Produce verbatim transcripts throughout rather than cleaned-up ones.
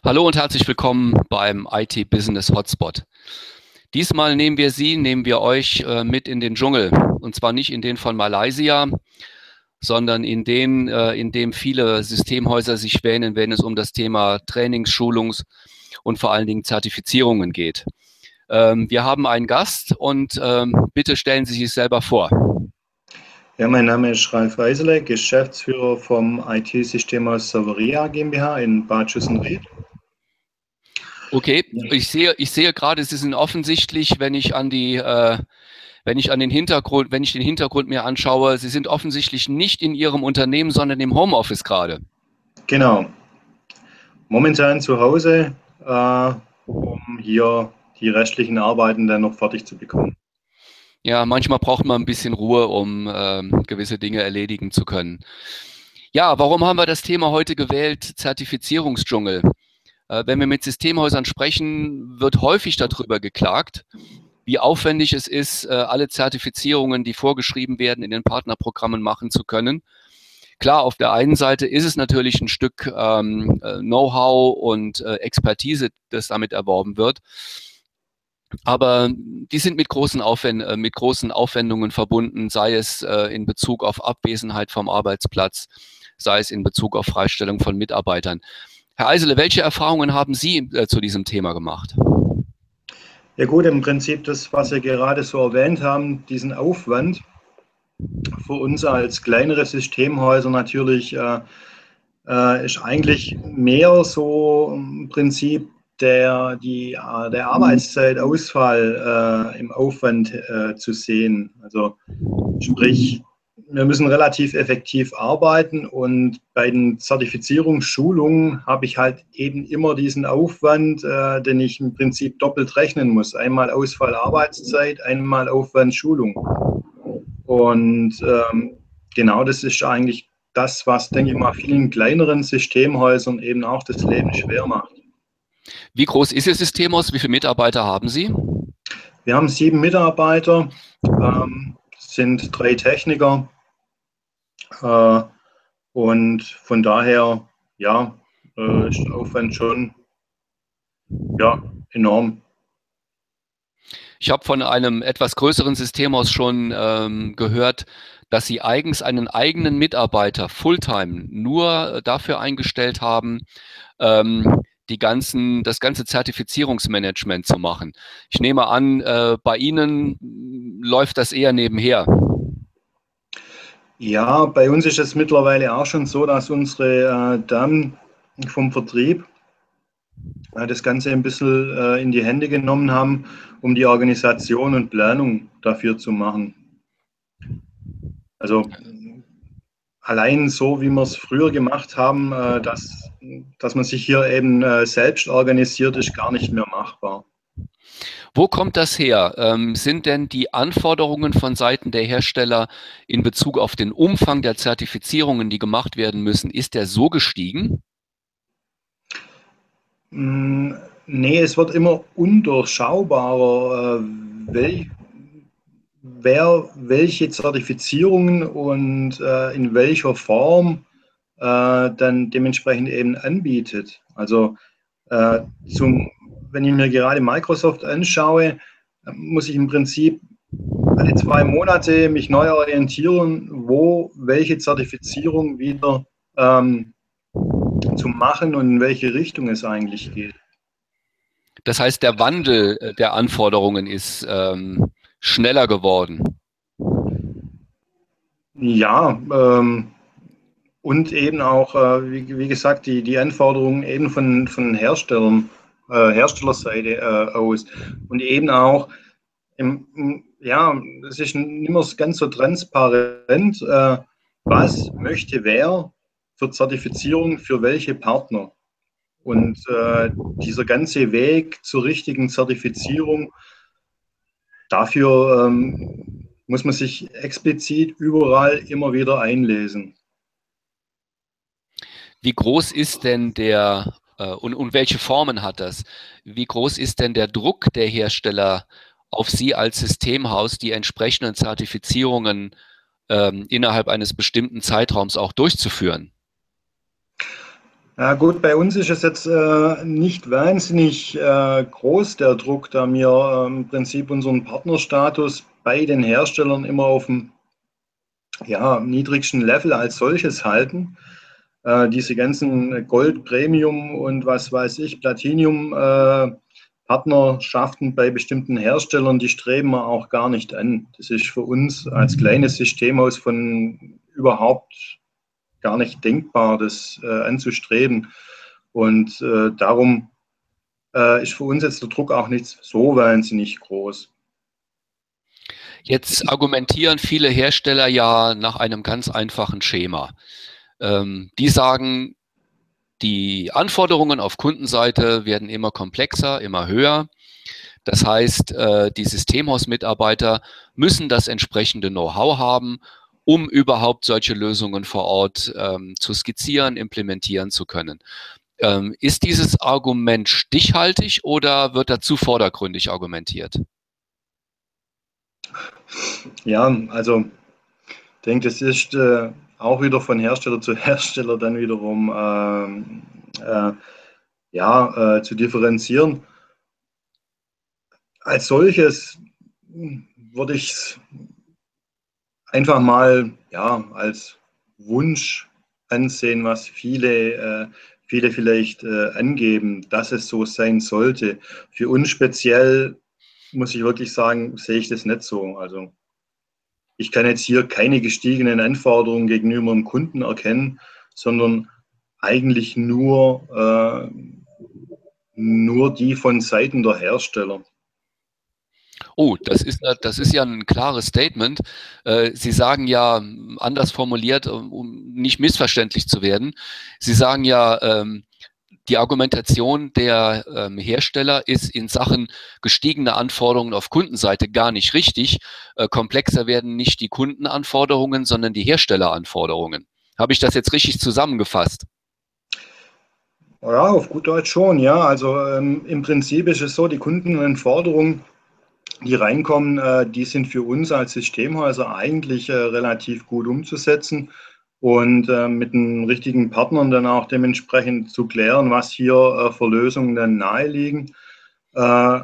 Hallo und herzlich willkommen beim I T Business Hotspot. Diesmal nehmen wir Sie, nehmen wir euch äh, mit in den Dschungel. Und zwar nicht in den von Malaysia, sondern in den, äh, in dem viele Systemhäuser sich wähnen, wenn es um das Thema Trainings, Schulungs- und vor allen Dingen Zertifizierungen geht. Ähm, wir haben einen Gast und ähm, bitte stellen Sie sich selber vor. Ja, mein Name ist Ralf Weisele, Geschäftsführer vom I T-Systemhaus Saveria GmbH in Bad Schüssenried. Okay, Ja. ich sehe, ich sehe gerade, Sie sind offensichtlich, wenn ich an die, äh, wenn ich an den Hintergrund, wenn ich den Hintergrund mir anschaue, Sie sind offensichtlich nicht in Ihrem Unternehmen, sondern im Homeoffice gerade. Genau, momentan zu Hause, äh, um hier die restlichen Arbeiten dann noch fertig zu bekommen. Ja, manchmal braucht man ein bisschen Ruhe, um ähm, gewisse Dinge erledigen zu können. Ja, warum haben wir das Thema heute gewählt? Zertifizierungsdschungel. Äh, wenn wir mit Systemhäusern sprechen, wird häufig darüber geklagt, wie aufwendig es ist, äh, alle Zertifizierungen, die vorgeschrieben werden, in den Partnerprogrammen machen zu können. Klar, auf der einen Seite ist es natürlich ein Stück ähm, äh, Know-how und äh, Expertise, das damit erworben wird. Aber die sind mit großen, Aufwend äh, mit großen Aufwendungen verbunden, sei es äh, in Bezug auf Abwesenheit vom Arbeitsplatz, sei es in Bezug auf Freistellung von Mitarbeitern. Herr Eisele, welche Erfahrungen haben Sie äh, zu diesem Thema gemacht? Ja gut, im Prinzip das, was Sie gerade so erwähnt haben, diesen Aufwand für uns als kleinere Systemhäuser natürlich äh, äh, ist eigentlich mehr so im Prinzip der, die, äh, der Arbeitszeitausfall äh, im Aufwand äh, zu sehen. Also sprich, wir müssen relativ effektiv arbeiten und bei den Zertifizierungsschulungen habe ich halt eben immer diesen Aufwand, äh, den ich im Prinzip doppelt rechnen muss. Einmal Ausfall Arbeitszeit, einmal Aufwand Schulung. Und ähm, genau das ist eigentlich das, was, denke ich mal, vielen kleineren Systemhäusern eben auch das Leben schwer macht. Wie groß ist Ihr Systemhaus? Wie viele Mitarbeiter haben Sie? Wir haben sieben Mitarbeiter, ähm, sind drei Techniker äh, und von daher, ja, äh, ist der Aufwand schon ja, enorm. Ich habe von einem etwas größeren Systemhaus schon ähm, gehört, dass Sie eigens einen eigenen Mitarbeiter Fulltime nur dafür eingestellt haben, ähm, die ganzen, das ganze Zertifizierungsmanagement zu machen. Ich nehme an, äh, bei Ihnen läuft das eher nebenher. Ja, bei uns ist es mittlerweile auch schon so, dass unsere äh, Damen vom Vertrieb äh, das Ganze ein bisschen äh, in die Hände genommen haben, um die Organisation und Planung dafür zu machen. Also allein so, wie wir es früher gemacht haben, äh, dass, dass man sich hier eben äh, selbst organisiert, ist gar nicht mehr machbar. Wo kommt das her? Ähm, sind denn die Anforderungen von Seiten der Hersteller in Bezug auf den Umfang der Zertifizierungen, die gemacht werden müssen, ist der so gestiegen? Mm, Nee, es wird immer undurchschaubarer, äh, wel, wer welche Zertifizierungen und äh, in welcher Form äh, dann dementsprechend eben anbietet. Also äh, zum, wenn ich mir gerade Microsoft anschaue, muss ich im Prinzip alle zwei Monate mich neu orientieren, wo welche Zertifizierung wieder ähm, zu machen und in welche Richtung es eigentlich geht. Das heißt, der Wandel äh, der Anforderungen ist ähm, schneller geworden. Ja, ähm, und eben auch, äh, wie, wie, gesagt, die, die Anforderungen eben von, von Herstellern, äh, Herstellerseite äh, aus. Und eben auch, im, im, ja, es ist nicht mehr ganz so transparent, äh, was möchte wer für Zertifizierung für welche Partner. Und äh, dieser ganze Weg zur richtigen Zertifizierung, dafür ähm, muss man sich explizit überall immer wieder einlesen. Wie groß ist denn der äh, und, und welche Formen hat das? Wie groß ist denn der Druck der Hersteller auf Sie als Systemhaus, die entsprechenden Zertifizierungen ähm, innerhalb eines bestimmten Zeitraums auch durchzuführen? Ja gut, bei uns ist es jetzt äh, nicht wahnsinnig äh, groß, der Druck, da wir äh, im Prinzip unseren Partnerstatus bei den Herstellern immer auf dem ja, niedrigsten Level als solches halten. Äh, diese ganzen Gold, Premium und was weiß ich, Platinum äh, Partnerschaften bei bestimmten Herstellern, die streben wir auch gar nicht an. Das ist für uns als kleines Systemhaus von überhaupt gar nicht denkbar, das äh, anzustreben. Und äh, darum äh, ist für uns jetzt der Druck auch nicht so wahnsinnig groß. Jetzt argumentieren viele Hersteller ja nach einem ganz einfachen Schema. Ähm, die sagen, die Anforderungen auf Kundenseite werden immer komplexer, immer höher. Das heißt, äh, die Systemhausmitarbeiter müssen das entsprechende Know-how haben, um überhaupt solche Lösungen vor Ort ähm, zu skizzieren, implementieren zu können. Ähm, ist dieses Argument stichhaltig oder wird da zu vordergründig argumentiert? Ja, also ich denke, das ist äh, auch wieder von Hersteller zu Hersteller dann wiederum ähm, äh, ja, äh, zu differenzieren. Als solches würde ich es einfach mal ja, als Wunsch ansehen, was viele, äh, viele vielleicht äh, angeben, dass es so sein sollte. Für uns speziell muss ich wirklich sagen, sehe ich das nicht so. Also ich kann jetzt hier keine gestiegenen Anforderungen gegenüber dem Kunden erkennen, sondern eigentlich nur, äh, nur die von Seiten der Hersteller. Oh, das ist, das ist ja ein klares Statement. Äh, Sie sagen ja, anders formuliert, um nicht missverständlich zu werden, Sie sagen ja, ähm, die Argumentation der ähm, Hersteller ist in Sachen gestiegene Anforderungen auf Kundenseite gar nicht richtig. Äh, komplexer werden nicht die Kundenanforderungen, sondern die Herstelleranforderungen. Habe ich das jetzt richtig zusammengefasst? Ja, auf gut Deutsch schon, ja. Also ähm, im Prinzip ist es so, die Kundenanforderungen, die reinkommen, äh, die sind für uns als Systemhäuser eigentlich äh, relativ gut umzusetzen und äh, mit den richtigen Partnern dann auch dementsprechend zu klären, was hier äh, für Lösungen dann naheliegen. Äh,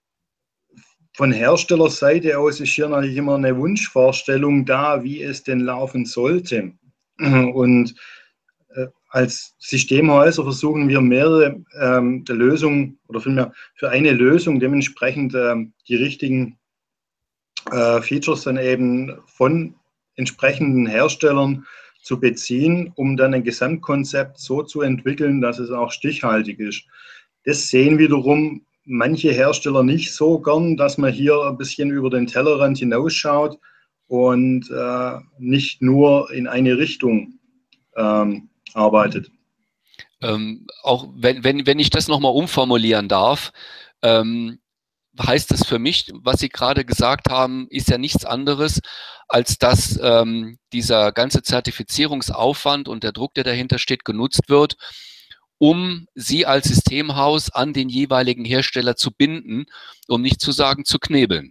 von Herstellerseite aus ist hier natürlich immer eine Wunschvorstellung da, wie es denn laufen sollte. Und äh, als Systemhäuser versuchen wir mehrere ähm, Lösungen oder vielmehr für eine Lösung dementsprechend ähm, die richtigen äh, Features dann eben von entsprechenden Herstellern zu beziehen, um dann ein Gesamtkonzept so zu entwickeln, dass es auch stichhaltig ist. Das sehen wiederum manche Hersteller nicht so gern, dass man hier ein bisschen über den Tellerrand hinausschaut und äh, nicht nur in eine Richtung ähm, arbeitet. Ähm, auch wenn, wenn, wenn ich das nochmal umformulieren darf, ähm, heißt es für mich, was Sie gerade gesagt haben, ist ja nichts anderes, als dass ähm, dieser ganze Zertifizierungsaufwand und der Druck, der dahinter steht, genutzt wird, um Sie als Systemhaus an den jeweiligen Hersteller zu binden, um nicht zu sagen, zu knebeln.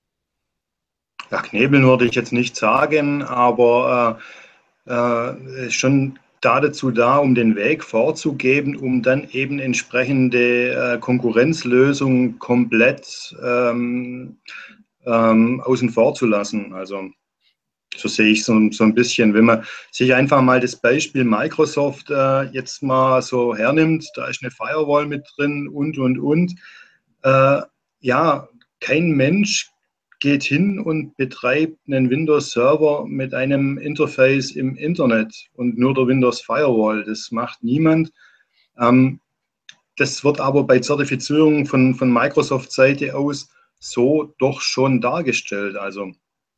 Ja, knebeln würde ich jetzt nicht sagen, aber äh, äh, schon da dazu da, um den Weg vorzugeben, um dann eben entsprechende äh, Konkurrenzlösungen komplett ähm, ähm, außen vor zu lassen. Also so sehe ich so, so ein bisschen, wenn man sich einfach mal das Beispiel Microsoft äh, jetzt mal so hernimmt, da ist eine Firewall mit drin und, und, und. Äh, ja, kein Mensch geht hin und betreibt einen Windows-Server mit einem Interface im Internet und nur der Windows Firewall. Das macht niemand. Ähm, das wird aber bei Zertifizierungen von, von Microsoft-Seite aus so doch schon dargestellt. Also,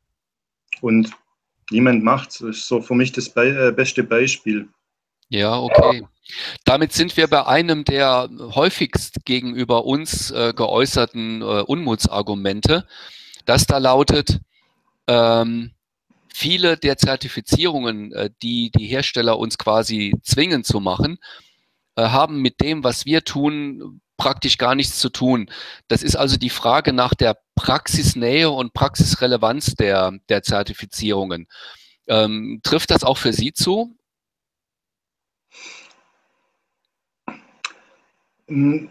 und niemand macht es. Das ist so für mich das Be äh, beste Beispiel. Ja, okay. Damit sind wir bei einem der häufigst gegenüber uns äh, geäußerten äh, Unmutsargumente, das da lautet, ähm, viele der Zertifizierungen, äh, die die Hersteller uns quasi zwingen zu machen, äh, haben mit dem, was wir tun, praktisch gar nichts zu tun. Das ist also die Frage nach der Praxisnähe und Praxisrelevanz der, der Zertifizierungen. Ähm, trifft das auch für Sie zu? Wenn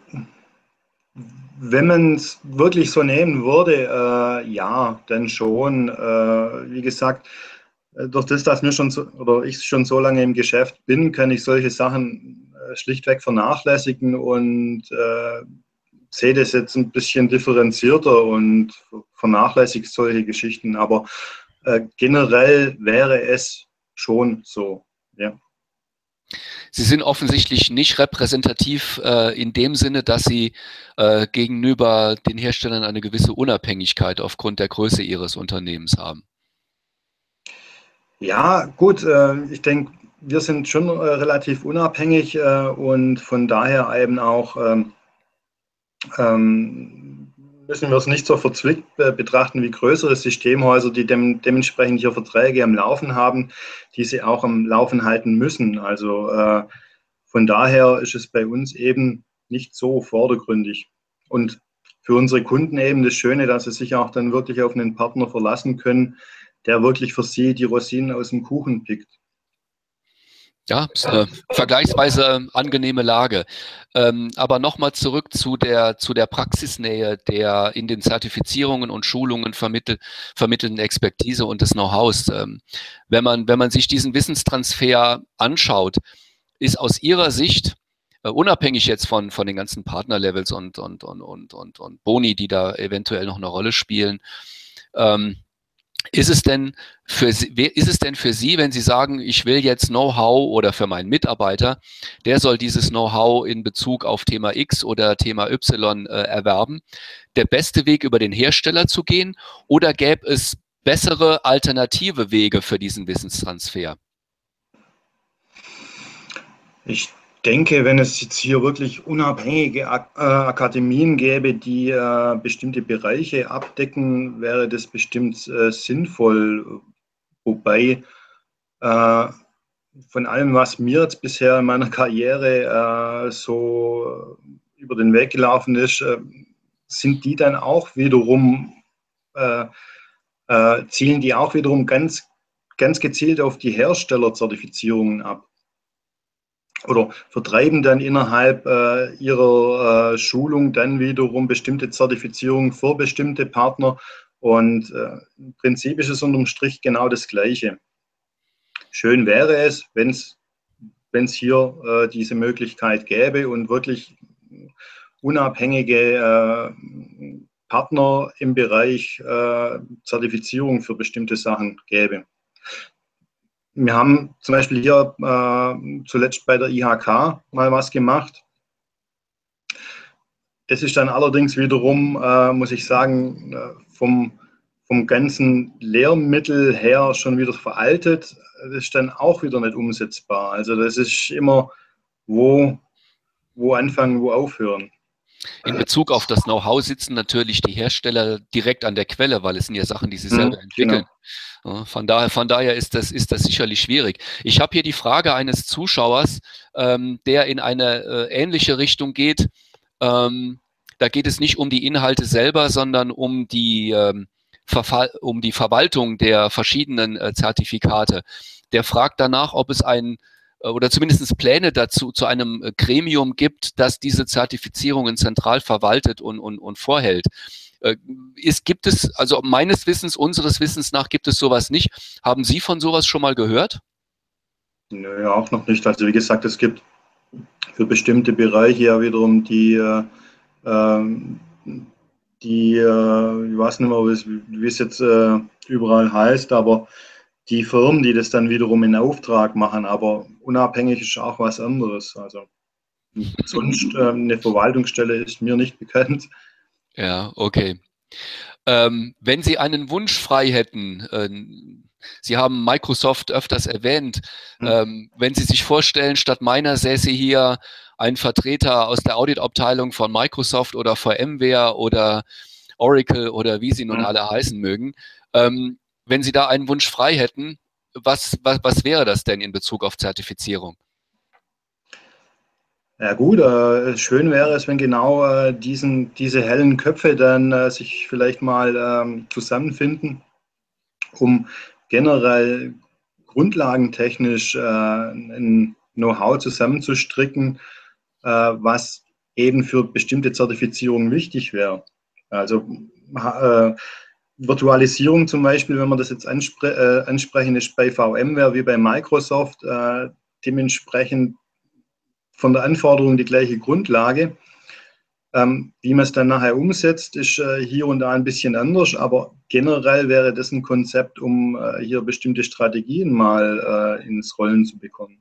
man es wirklich so nehmen würde, äh, ja, dann schon. Äh, wie gesagt, durch das, dass wir schon so, oder ich schon so lange im Geschäft bin, kann ich solche Sachen äh, schlichtweg vernachlässigen und äh, sehe das jetzt ein bisschen differenzierter und vernachlässige solche Geschichten. Aber äh, generell wäre es schon so, ja. Sie sind offensichtlich nicht repräsentativ äh, in dem Sinne, dass Sie äh, gegenüber den Herstellern eine gewisse Unabhängigkeit aufgrund der Größe Ihres Unternehmens haben. Ja, gut, äh, ich denke, wir sind schon äh, relativ unabhängig äh, und von daher eben auch ähm, ähm, müssen wir es nicht so verzwickt äh, betrachten wie größere Systemhäuser, die dem, dementsprechend hier Verträge am Laufen haben, die sie auch am Laufen halten müssen. Also äh, von daher ist es bei uns eben nicht so vordergründig. Und für unsere Kunden eben das Schöne, dass sie sich auch dann wirklich auf einen Partner verlassen können, der wirklich für sie die Rosinen aus dem Kuchen pickt. Ja, ist eine vergleichsweise angenehme Lage. Ähm, aber nochmal zurück zu der, zu der Praxisnähe der in den Zertifizierungen und Schulungen vermittel, vermittelnden Expertise und des Know-hows. Ähm, wenn man, wenn man sich diesen Wissenstransfer anschaut, ist aus Ihrer Sicht, äh, unabhängig jetzt von, von den ganzen Partnerlevels und, und, und, und, und, und Boni, die da eventuell noch eine Rolle spielen, ähm, ist es denn für Sie, ist es denn für Sie, wenn Sie sagen, ich will jetzt Know-how oder für meinen Mitarbeiter, der soll dieses Know-how in Bezug auf Thema X oder Thema Y äh, erwerben, der beste Weg über den Hersteller zu gehen oder gäbe es bessere alternative Wege für diesen Wissenstransfer? Ich denke, wenn es jetzt hier wirklich unabhängige Ak äh, Akademien gäbe, die äh, bestimmte Bereiche abdecken, wäre das bestimmt äh, sinnvoll. Wobei äh, von allem, was mir jetzt bisher in meiner Karriere äh, so über den Weg gelaufen ist, äh, sind die dann auch wiederum, äh, äh, zielen die auch wiederum ganz, ganz gezielt auf die Herstellerzertifizierungen ab oder vertreiben dann innerhalb äh, ihrer äh, Schulung dann wiederum bestimmte Zertifizierungen für bestimmte Partner. Und äh, im Prinzip ist es unterm Strich genau das Gleiche. Schön wäre es, wenn es wenn es hier äh, diese Möglichkeit gäbe und wirklich unabhängige äh, Partner im Bereich äh, Zertifizierung für bestimmte Sachen gäbe. Wir haben zum Beispiel hier äh, zuletzt bei der I H K mal was gemacht. Das ist dann allerdings wiederum, äh, muss ich sagen, äh, vom, vom ganzen Lehrmittel her schon wieder veraltet. Das ist dann auch wieder nicht umsetzbar. Also das ist immer, wo, wo anfangen, wo aufhören. In Bezug auf das Know-how sitzen natürlich die Hersteller direkt an der Quelle, weil es sind ja Sachen, die sie selber Mhm, entwickeln. genau. Ja, von daher, von daher ist das, ist das sicherlich schwierig. Ich habe hier die Frage eines Zuschauers, ähm, der in eine äh, ähnliche Richtung geht. Ähm, da geht es nicht um die Inhalte selber, sondern um die, ähm, Verfall, um die Verwaltung der verschiedenen äh, Zertifikate. Der fragt danach, ob es ein äh, oder zumindest Pläne dazu zu einem äh, Gremium gibt, das diese Zertifizierungen zentral verwaltet und, und, und vorhält. Äh, ist, gibt es, also meines Wissens, unseres Wissens nach gibt es sowas nicht. Haben Sie von sowas schon mal gehört? Nö, auch noch nicht. Also wie gesagt, es gibt für bestimmte Bereiche ja wiederum die, äh, ähm, die äh, ich weiß nicht mehr, wie, wie es jetzt äh, überall heißt, aber die Firmen, die das dann wiederum in Auftrag machen, aber unabhängig ist auch was anderes. Also sonst äh, eine Verwaltungsstelle ist mir nicht bekannt. Ja, okay. Ähm, wenn Sie einen Wunsch frei hätten, äh, Sie haben Microsoft öfters erwähnt, ähm, wenn Sie sich vorstellen, statt meiner säße hier ein Vertreter aus der Auditabteilung von Microsoft oder VMware oder Oracle oder wie sie nun alle heißen mögen, ähm, wenn Sie da einen Wunsch frei hätten, was, was, was wäre das denn in Bezug auf Zertifizierung? Ja gut, äh, schön wäre es, wenn genau äh, diesen, diese hellen Köpfe dann äh, sich vielleicht mal ähm, zusammenfinden, um generell grundlagentechnisch äh, ein Know-how zusammenzustricken, äh, was eben für bestimmte Zertifizierungen wichtig wäre. Also äh, Virtualisierung zum Beispiel, wenn wir das jetzt anspre äh, ansprechen, ist bei VMware wie bei Microsoft äh, dementsprechend von der Anforderung die gleiche Grundlage. Ähm, wie man es dann nachher umsetzt, ist äh, hier und da ein bisschen anders, aber generell wäre das ein Konzept, um äh, hier bestimmte Strategien mal äh, ins Rollen zu bekommen.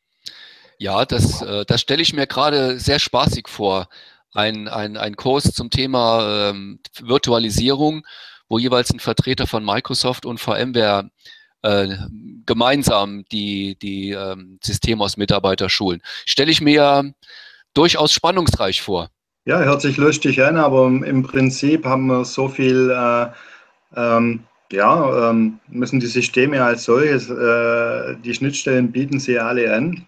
Ja, das, äh, das stelle ich mir gerade sehr spaßig vor. Ein, ein, ein Kurs zum Thema ähm, Virtualisierung, wo jeweils ein Vertreter von Microsoft und VMware äh, gemeinsam die, die ähm, Systemhaus-Mitarbeiter schulen. Stelle ich mir durchaus spannungsreich vor. Ja, hört sich lustig an, aber im Prinzip haben wir so viel, äh, ähm, ja, ähm, müssen die Systeme als solches, äh, die Schnittstellen bieten sie alle an.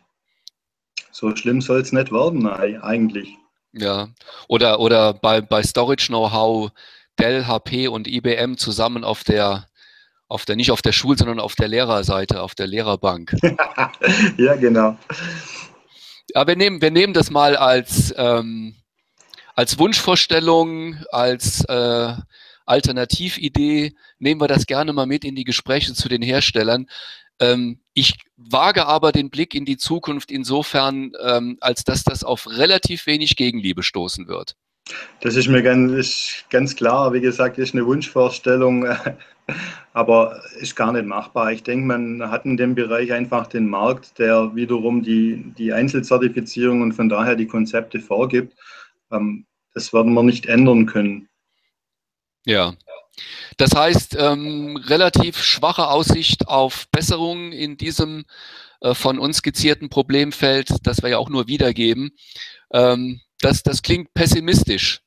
So schlimm soll es nicht werden, eigentlich. Ja, oder, oder bei, bei Storage Know-how Dell, H P und I B M zusammen auf der, auf der, nicht auf der Schul-, sondern auf der Lehrerseite, auf der Lehrerbank. Ja, genau. Aber wir nehmen, wir nehmen das mal als, ähm, als Wunschvorstellung, als äh, Alternatividee, nehmen wir das gerne mal mit in die Gespräche zu den Herstellern. Ähm, ich wage aber den Blick in die Zukunft insofern, ähm, als dass das auf relativ wenig Gegenliebe stoßen wird. Das ist mir ganz, ist ganz klar. Wie gesagt, ist eine Wunschvorstellung, aber ist gar nicht machbar. Ich denke, man hat in dem Bereich einfach den Markt, der wiederum die, die Einzelzertifizierung und von daher die Konzepte vorgibt. Das werden wir nicht ändern können. Ja. Das heißt, ähm, relativ schwache Aussicht auf Besserungen in diesem äh, von uns skizzierten Problemfeld, das wir ja auch nur wiedergeben. Ähm, das, das klingt pessimistisch.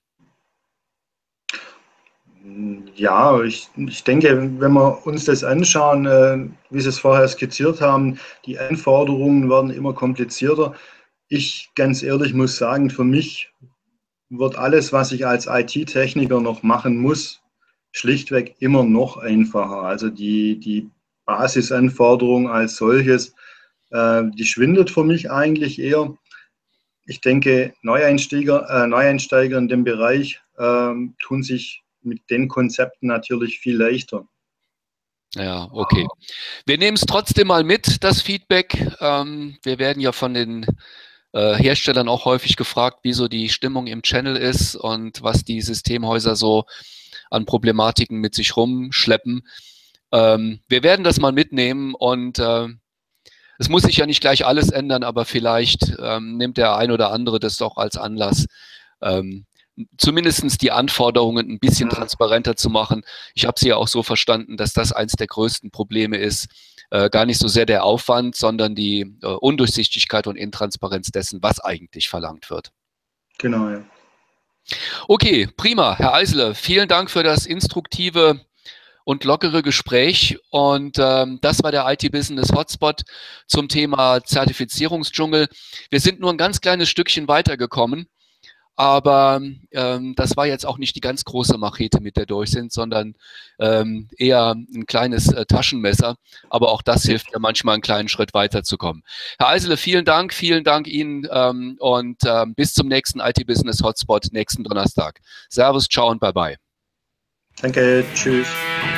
Ja, ich, ich denke, wenn wir uns das anschauen, äh, wie Sie es vorher skizziert haben, die Anforderungen werden immer komplizierter. Ich ganz ehrlich muss sagen, für mich wird alles, was ich als I T-Techniker noch machen muss, schlichtweg immer noch einfacher. Also die, die Basisanforderung als solches, äh, die schwindet für mich eigentlich eher. Ich denke, Neueinsteiger, äh, Neueinsteiger in dem Bereich äh, tun sich mit den Konzepten natürlich viel leichter. Ja, okay. Wir nehmen es trotzdem mal mit, das Feedback. Ähm, wir werden ja von den äh, Herstellern auch häufig gefragt, wie so die Stimmung im Channel ist und was die Systemhäuser so an Problematiken mit sich rumschleppen. Ähm, wir werden das mal mitnehmen und äh, es muss sich ja nicht gleich alles ändern, aber vielleicht ähm, nimmt der ein oder andere das doch als Anlass, ähm, zumindest die Anforderungen ein bisschen transparenter zu machen. Ich habe sie ja auch so verstanden, dass das eins der größten Probleme ist. Äh, gar nicht so sehr der Aufwand, sondern die äh, Undurchsichtigkeit und Intransparenz dessen, was eigentlich verlangt wird. Genau, ja. Okay, prima. Herr Eisele, vielen Dank für das instruktive und lockere Gespräch. Und ähm, das war der I T-Business Hotspot zum Thema Zertifizierungsdschungel. Wir sind nur ein ganz kleines Stückchen weitergekommen. Aber ähm, das war jetzt auch nicht die ganz große Machete, mit der durch sind, sondern ähm, eher ein kleines äh, Taschenmesser. Aber auch das hilft ja manchmal, einen kleinen Schritt weiterzukommen. Herr Eisele, vielen Dank, vielen Dank Ihnen ähm, und ähm, bis zum nächsten I T-Business Hotspot nächsten Donnerstag. Servus, ciao und bye bye. Danke, tschüss.